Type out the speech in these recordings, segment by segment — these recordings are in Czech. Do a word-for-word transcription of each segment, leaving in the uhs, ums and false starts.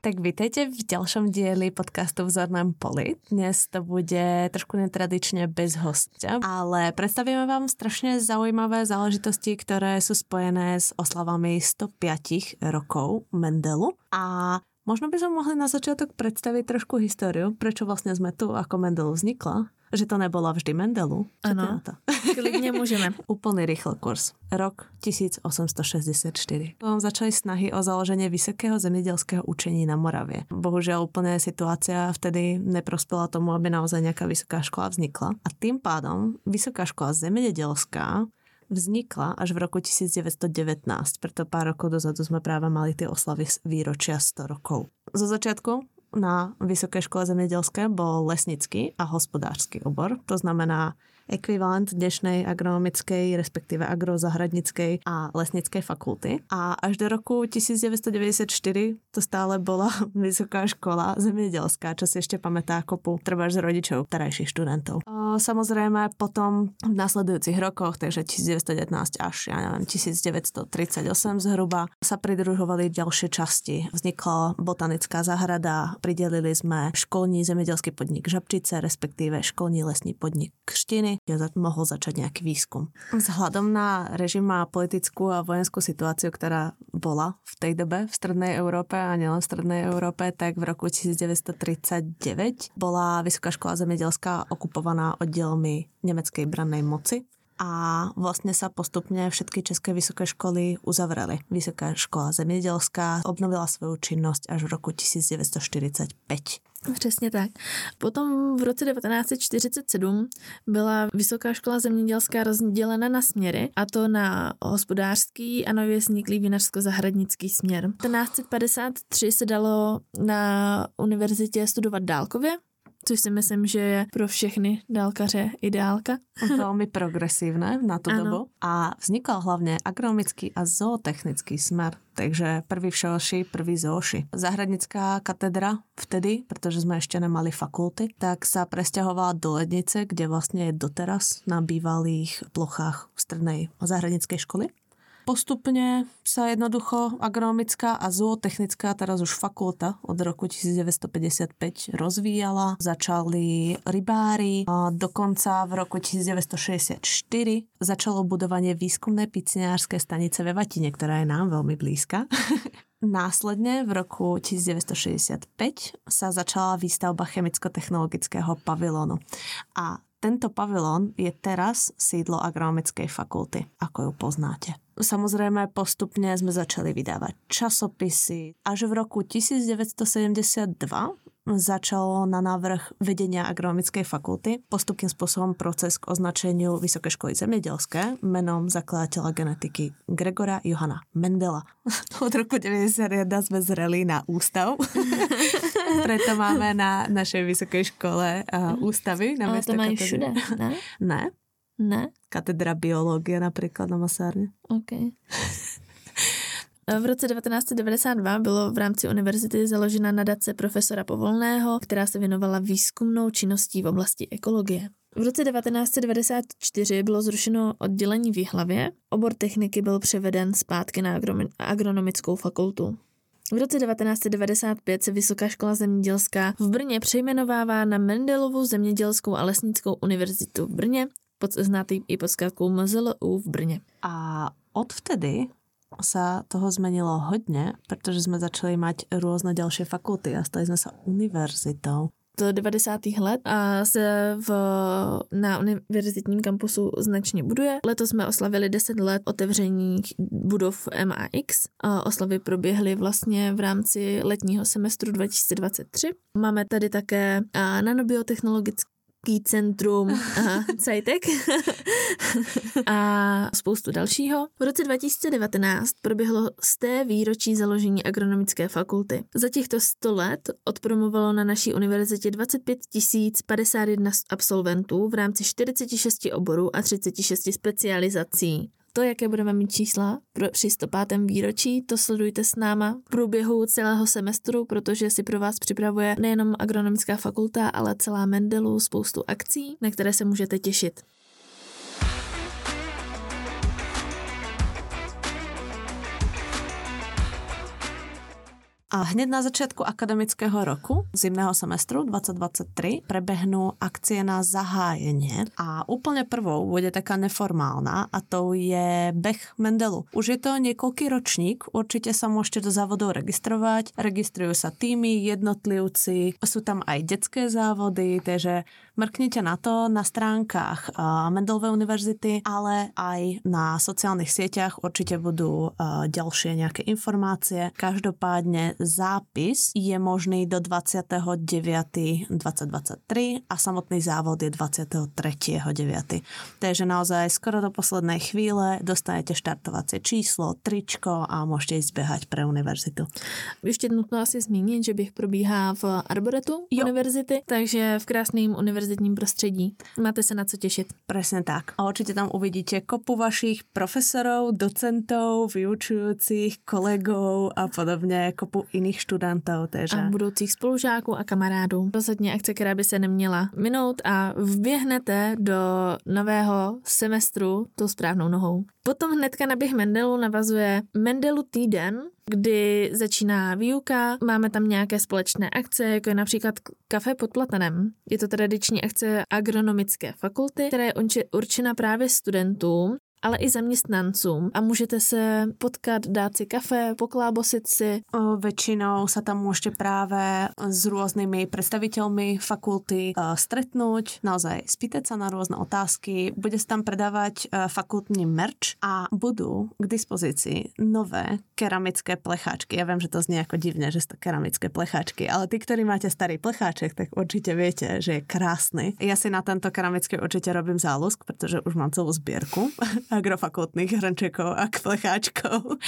Tak vítejte v ďalšom dieli podcastu V zornom poli. Dnes to bude trošku netradične bez hostia, ale predstavíme vám strašne zaujímavé záležitosti, ktoré sú spojené s oslavami stopäť rokov Mendelu. A možno by sme mohli na začiatok predstaviť trošku históriu, prečo vlastne sme tu, ako Mendelu vznikla. Že to nebola vždy Mendelu. Ano, klidně můžeme. Úplný rýchly kurz. Rok tisíc osm set šesťdesiatštyri. Začali snahy o založenie vysokého zemědělského učení na Moravě. Bohužiaľ úplne situácia vtedy neprospela tomu, aby naozaj nejaká vysoká škola vznikla. A tým pádom vysoká škola zemědělská vznikla až v roku tisíc deväť set devätnásť. Preto pár rokov dozadu sme práve mali tie oslavy výročia sto rokov. Zo začiatku na Vysoké škole zemědělské bol lesnický a hospodářský obor. To znamená ekvivalent dnešnej agronomickej, respektíve agrozahradnickej a lesnickej fakulty. A až do roku tisíc deväť set deväťdesiatštyri to stále bola Vysoká škola zemědělská, čo si ešte pamätá kopu trebárs z rodičov terajších študentov. O, samozrejme potom v nasledujúcich rokoch, takže tisíc deväť set devätnásť až ja neviem, tisíc deväť set tridsaťosem zhruba sa pridružovali ďalšie časti. Vznikla botanická záhrada, pridelili sme školní zemědělský podnik Žabčice, respektíve školní lesní podnik Křtiny, kde mohol začať nejaký výskum. Vzhľadom na režim a politickú a vojenskú situáciu, ktorá bola v tej dobe v strednej Európe a nielen v strednej Európe, tak v roku tisíc deväť set tridsaťdeväť bola Vysoká škola zemědělská okupovaná oddielmi nemeckej brannej moci. A vlastne sa postupne všetky české vysoké školy uzavreli. Vysoká škola zemědělská obnovila svoju činnosť až v roku tisíc deväť set štyridsaťpäť. Přesně tak. Potom v roce devatenáct set čtyřicet sedm byla Vysoká škola zemědělská rozdělena na směry, a to na hospodářský a nově vzniklý vinařsko-zahradnický směr. devatenáct set padesát tři se dalo na univerzitě studovat dálkově, což si myslím, že je pro všechny dálkaře ideálka. Veľmi progresívne na tú ano. dobu. A vznikal hlavne agronomický a zootechnický smer. Takže prvý všeoši, prvý zooši. Zahradnická katedra vtedy, pretože sme ešte nemali fakulty, tak sa presťahovala do Lednice, kde vlastne je doteraz na bývalých plochách strednej zahradnickej školy. Postupne sa jednoducho agronomická a zootechnická, teraz už fakulta od roku tisíc deväť set päťdesiatpäť rozvíjala. Začali rybári a dokonca v roku tisíc deväť set šesťdesiatštyri začalo budovanie výskumnej piciňárskej stanice ve Vatine, ktorá je nám veľmi blízka. Následne v roku tisíc deväť set šesťdesiatpäť sa začala výstavba chemicko-technologického pavilónu. A tento pavilón je teraz sídlo agronomickej fakulty, ako ju poznáte. Samozrejme, postupne sme začali vydávať časopisy. Až v roku tisíc deväť set sedemdesiatdva začalo na návrh vedenia agronomickej fakulty postupným spôsobom proces k označeniu Vysoké školy zemědělské menom zakladateľa genetiky Gregora Johana Mendela. Od roku deväťdesiatjeden sme zreli na ústav. Preto máme na našej vysokej škole uh, ústavy. Ale to mají všude, ne? Ne. Ne? Katedra biológie napríklad na Masárne. OK. V roce devatenáct set devadesát dva bylo v rámci univerzity založena nadace profesora Povolného, která se věnovala výzkumnou činností v oblasti ekologie. V roce devatenáct set devadesát čtyři bylo zrušeno oddělení v Jihlavě, obor techniky byl převeden zpátky na agronomickou fakultu. V roce devatenáct set devadesát pět se Vysoká škola zemědělská v Brně přejmenovává na Mendelovu zemědělskou a lesnickou univerzitu v Brně, pod, znátý i pod zkratkou M Z L U v Brně. A odvtedy sa toho zmenilo hodne, pretože sme začali mať rôzne ďalšie fakulty a stali sme sa univerzitou. Do devadesátých let a se v, na univerzitním kampusu značně buduje. Letos jsme oslavili deset let otevření budov M A X. A oslavy proběhly vlastně v rámci letního semestru dva tisíce dvacet tři. Máme tady také nanobiotechnologické centrum aha, Cajtek a spoustu dalšího. V roce dva tisíce devatenáct proběhlo sté výročí založení agronomické fakulty. Za těchto sto let odpromovalo na naší univerzitě dvacet pět tisíc padesát jedna absolventů v rámci čtyřicet šest oborů a třicet šest specializací. To, jaké budeme mít čísla pro, při sto pátém výročí, to sledujte s náma v průběhu celého semestru, protože si pro vás připravuje nejenom agronomická fakulta, ale celá Mendelu spoustu akcí, na které se můžete těšit. A A hneď na začiatku akademického roku, zimného semestru dvadsať dvadsaťtri, prebehnú akcie na zahájenie a úplne prvou bude taká neformálna a to je beh Mendelu. Už je to niekoľký ročník, určite sa môžete do závodov registrovať, registrujú sa týmy, jednotlivci, sú tam aj detské závody, takže mrknite na to na stránkach Mendelovej univerzity, ale aj na sociálnych sieťach určite budú ďalšie nejaké informácie. Každopádne zápis je možný do dvadsiateho deviateho dvadsať dvadsaťtri a samotný závod je dvadsiateho tretieho deviateho Takže naozaj skoro do poslednej chvíle dostanete štartovacie číslo, tričko a môžete ísť behať pre univerzitu. Ještě nutno asi zmínit, že běh probíhá v Arboretu jo. univerzity, takže v krásném univerzitním prostředí. Máte se na co těšit. Presne tak. A určite tam uvidíte kopu vašich profesorov, docentov, vyučujúcich, kolegov a podobně, kopu iných študentov. Takže... A budoucích spolužáků a kamarádů. Rozhodně akce, která by se neměla minout a vběhnete do nového semestru tou správnou nohou. Potom hnedka na běh Mendelu navazuje Mendelu týden, kdy začíná výuka, máme tam nějaké společné akce, jako je například kafe pod platanem. Je to tradiční akce agronomické fakulty, která je určena právě studentům, ale i zaměstnancům a můžete se potkat, dát si kafe, poklábosit si. O, väčšinou sa tam môžete práve s rôznymi predstaviteľmi fakulty uh, stretnúť, naozaj spýtať sa na rôzne otázky, bude sa tam predávať uh, fakultný merch a budú k dispozícii nové keramické plecháčky. Ja viem, že to znie ako divne, že sú to keramické plecháčky, ale tí, ktorí máte starý plecháček, tak určite viete, že je krásny. Ja si na tento keramický určite robím záľusk, pretože už mám celú zbierku agrofakultných hrnčekov a plecháčkov.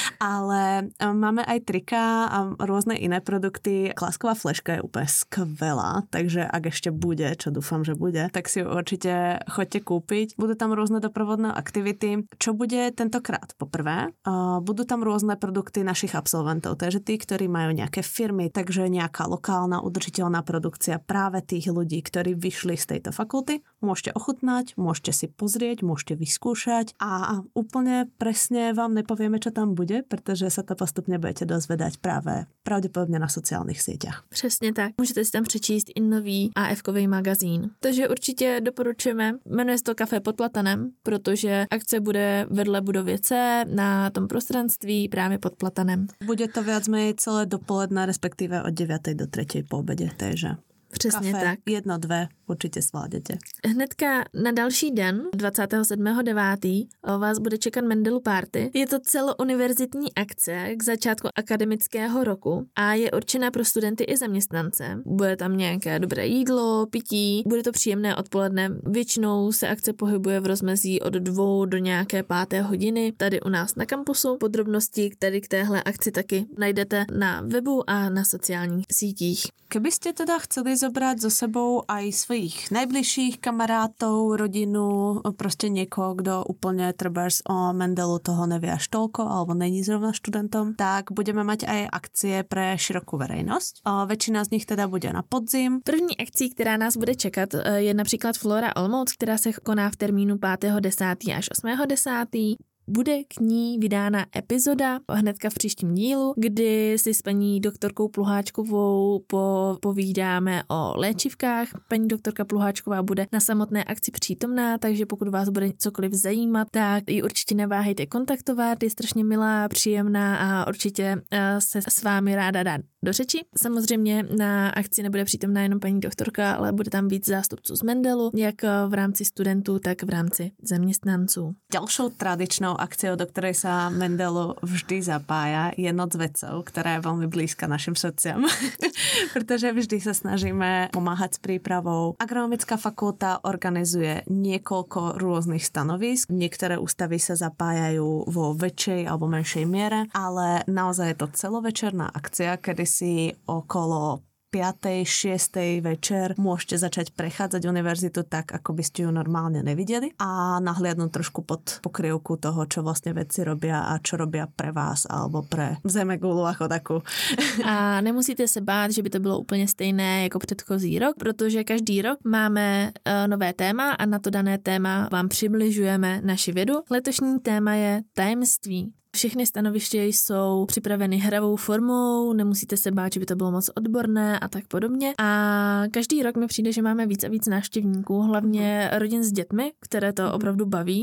Ale máme aj trika a rôzne iné produkty. Klásková fleška je úplne skvelá, takže ak ešte bude, čo dúfam, že bude, tak si ju určite choďte kúpiť. Budú tam rôzne doprovodné aktivity. Čo bude tentokrát? Poprvé, budú tam rôzne produkty našich absolventov, takže tí, ktorí majú nejaké firmy, takže nejaká lokálna udržiteľná produkcia práve tých ľudí, ktorí vyšli z tejto fakulty. Môžete ochutnať, môžete si pozrieť, môžete vyskúšať a úplne presne vám nepovieme, čo tam bude, protože sa to postupne budete dozvedať práve pravděpodobně na sociálnych sieťach. Přesně tak. Můžete si tam přečíst i nový á efkový magazín. Takže určitě doporučujeme. Jmenuje se to Kafe pod platanem, protože akce bude vedle budovy C na tom prostranství právě pod platanem. Bude to viac menej celé dopoledne, respektíve od deviatej do tretej po obede, takže přesně kafe, tak. jedno, dve, určitě zvládnete. Hnedka na další den, dvacátého sedmého devátého vás bude čekat Mendelu Party. Je to celouniverzitní akce k začátku akademického roku a je určená pro studenty i zaměstnance. Bude tam nějaké dobré jídlo, pití, bude to příjemné odpoledne. Většinou se akce pohybuje v rozmezí od dvou do nějaké páté hodiny tady u nás na kampusu. Podrobnosti tady k téhle akci taky najdete na webu a na sociálních sítích. Keby ste teda chceli zobrať so sebou aj svojich najbližších kamarátov, rodinu, proste niekoho, kto úplne trebárs o Mendelu toho nevie až toľko, alebo není zrovna študentom, tak budeme mať aj akcie pre širokú verejnosť. O, väčšina z nich teda bude na podzim. První akcí, která nás bude čekat, je například Flora Olomouc, která se koná v termínu pátého desátého až osmého desátého Bude k ní vydána epizoda hnedka v příštím dílu, kdy si s paní doktorkou Pluháčkovou povídáme o léčivkách. Paní doktorka Pluháčková bude na samotné akci přítomná, takže pokud vás bude cokoliv zajímat, tak ji určitě neváhejte kontaktovat. Je strašně milá, příjemná a určitě se s vámi ráda dá do řeči. Samozřejmě na akci nebude přítomná jenom paní doktorka, ale bude tam víc zástupců z Mendelu, jak v rámci studentů, tak v rámci zaměstnanců. Ďalšou tradičnou akciou, do ktorej sa Mendelu vždy zapája, je Noc vedcov, ktorá je veľmi blízka našim srdciam, pretože vždy sa snažíme pomáhať s prípravou. Agronomická fakulta organizuje niekoľko rôznych stanovisk. Niektoré ústavy sa zapájajú vo väčšej alebo menšej miere, ale naozaj je to celovečerná akcia, kedy si okolo piatej, šiestej večer môžete začať prechádzať univerzitu tak, ako by ste ju normálne nevideli a nahliadnúť trošku pod pokryvku toho, čo vlastne vedci robia a čo robia pre vás alebo pre Zemegulu a Chodaku. A nemusíte se bát, že by to bylo úplně stejné jako předchozí rok, protože každý rok máme uh, nové téma a na to dané téma vám přibližujeme naši vědu. Letošní téma je tajemství. Všechny stanoviště jsou připraveny hravou formou, nemusíte se bát, že by to bylo moc odborné a tak podobně. A každý rok mi přijde, že máme víc a víc návštěvníků, hlavně rodin s dětmi, které to opravdu baví.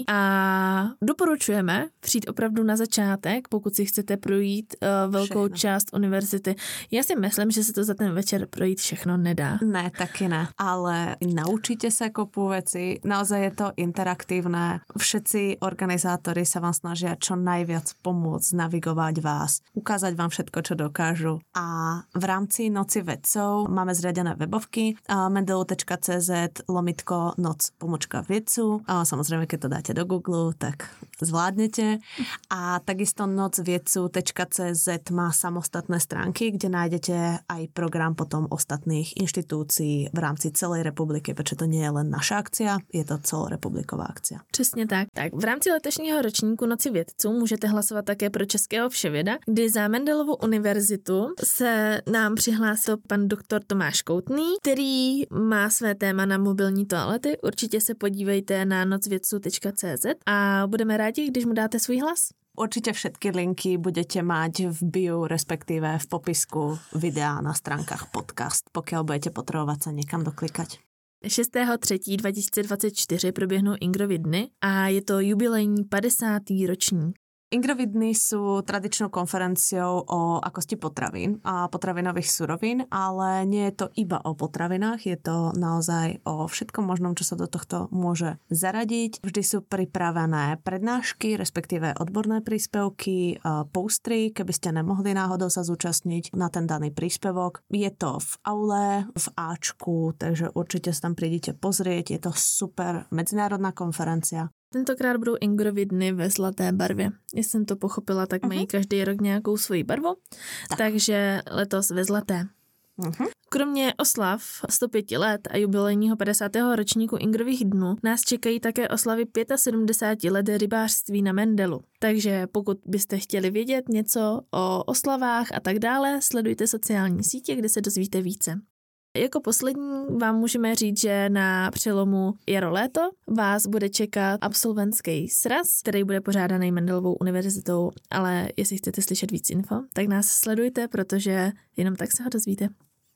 A doporučujeme přijít opravdu na začátek, pokud si chcete projít uh, velkou všechno. Část univerzity. Já si myslím, že se to za ten večer projít všechno nedá. Ne, taky ne. Ale naučíte se kopu veci, naozaj je to interaktívne. Všetci organizátori sa vám snažia čo najviac pomôcť navigovať vás, ukázať vám všetko, čo dokážu. A v rámci Noci vedcov máme zriadené webovky mendelu tečka cz lomitko noc pomočka vedcu. A samozrejme, keď to dáte do Google, tak zvládnete. A takisto nocvedcu tečka cz má samostatné stránky, kde nájdete aj program potom ostatných inštitúcií v rámci celej republiky, pretože to nie je len naša akcia, je to celorepubliková akcia. Přesně tak. Tak v rámci letošního ročníku Noci vědců můžete hlasovat také pro Českého vševěda, kdy za Mendelovu univerzitu se nám přihlásil pan doktor Tomáš Koutný, který má své téma na mobilní toalety. Určitě se podívejte na nocvedcu tečka cz a budeme rádi, když mu dáte svůj hlas. Určite všetky linky budete mať v bio, respektíve v popisku videa na stránkach podcast, pokiaľ budete potrebovať sa niekam doklikať. šestého třetího dva tisíce dvacet čtyři proběhnou Ingrovy dny a je to jubilejní padesátý ročník. Ingrovy dny sú tradičnou konferenciou o akosti potravín a potravinových surovín, ale nie je to iba o potravinách, je to naozaj o všetkom možnom, čo sa do tohto môže zaradiť. Vždy sú pripravené prednášky, respektíve odborné príspevky, postry, keby ste nemohli náhodou sa zúčastniť na ten daný príspevok. Je to v aule, v Ačku, takže určite sa tam prídete pozrieť, je to super medzinárodná konferencia. Tentokrát budou Ingrovy dny ve zlaté barvě. Jestli jsem to pochopila, tak uh-huh. mají každý rok nějakou svoji barvu, tak. takže letos ve zlaté. Uh-huh. Kromě oslav sto pět let a jubilejního padesátého ročníku Ingrových dnů nás čekají také oslavy sedmdesát pět let rybářství na Mendelu. Takže pokud byste chtěli vědět něco o oslavách a tak dále, sledujte sociální sítě, kde se dozvíte více. Jako poslední vám můžeme říct, že na přelomu jaro-léto vás bude čekat absolventský sraz, který bude pořádaný Mendelovou univerzitou, ale jestli chcete slyšet víc info, tak nás sledujte, protože jenom tak se ho dozvíte.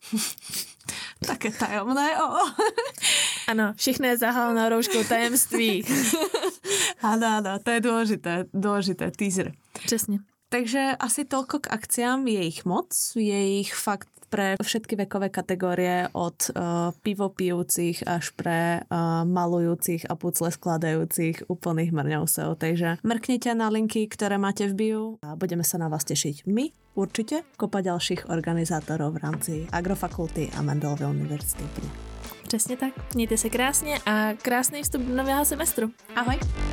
Také tajomné, o. Ano, všechno je zahalenou rouškou tajemství. Áno, áno, to je dôležité, dôležité, teaser. Přesně. Takže asi toľko k akciám, je ich moc, je ich fakt pre všetky vekové kategórie od uh, pivopijúcich až pre uh, malujúcich a pucle skladajúcich úplných mrňousov. Takže mrknite na linky, ktoré máte v bio a budeme sa na vás tešiť my, určite, kopa ďalších organizátorov v rámci Agrofakulty a Mendelovy univerzity. Přesně tak. Mějte se krásně a krásný vstup do nového semestru. Ahoj.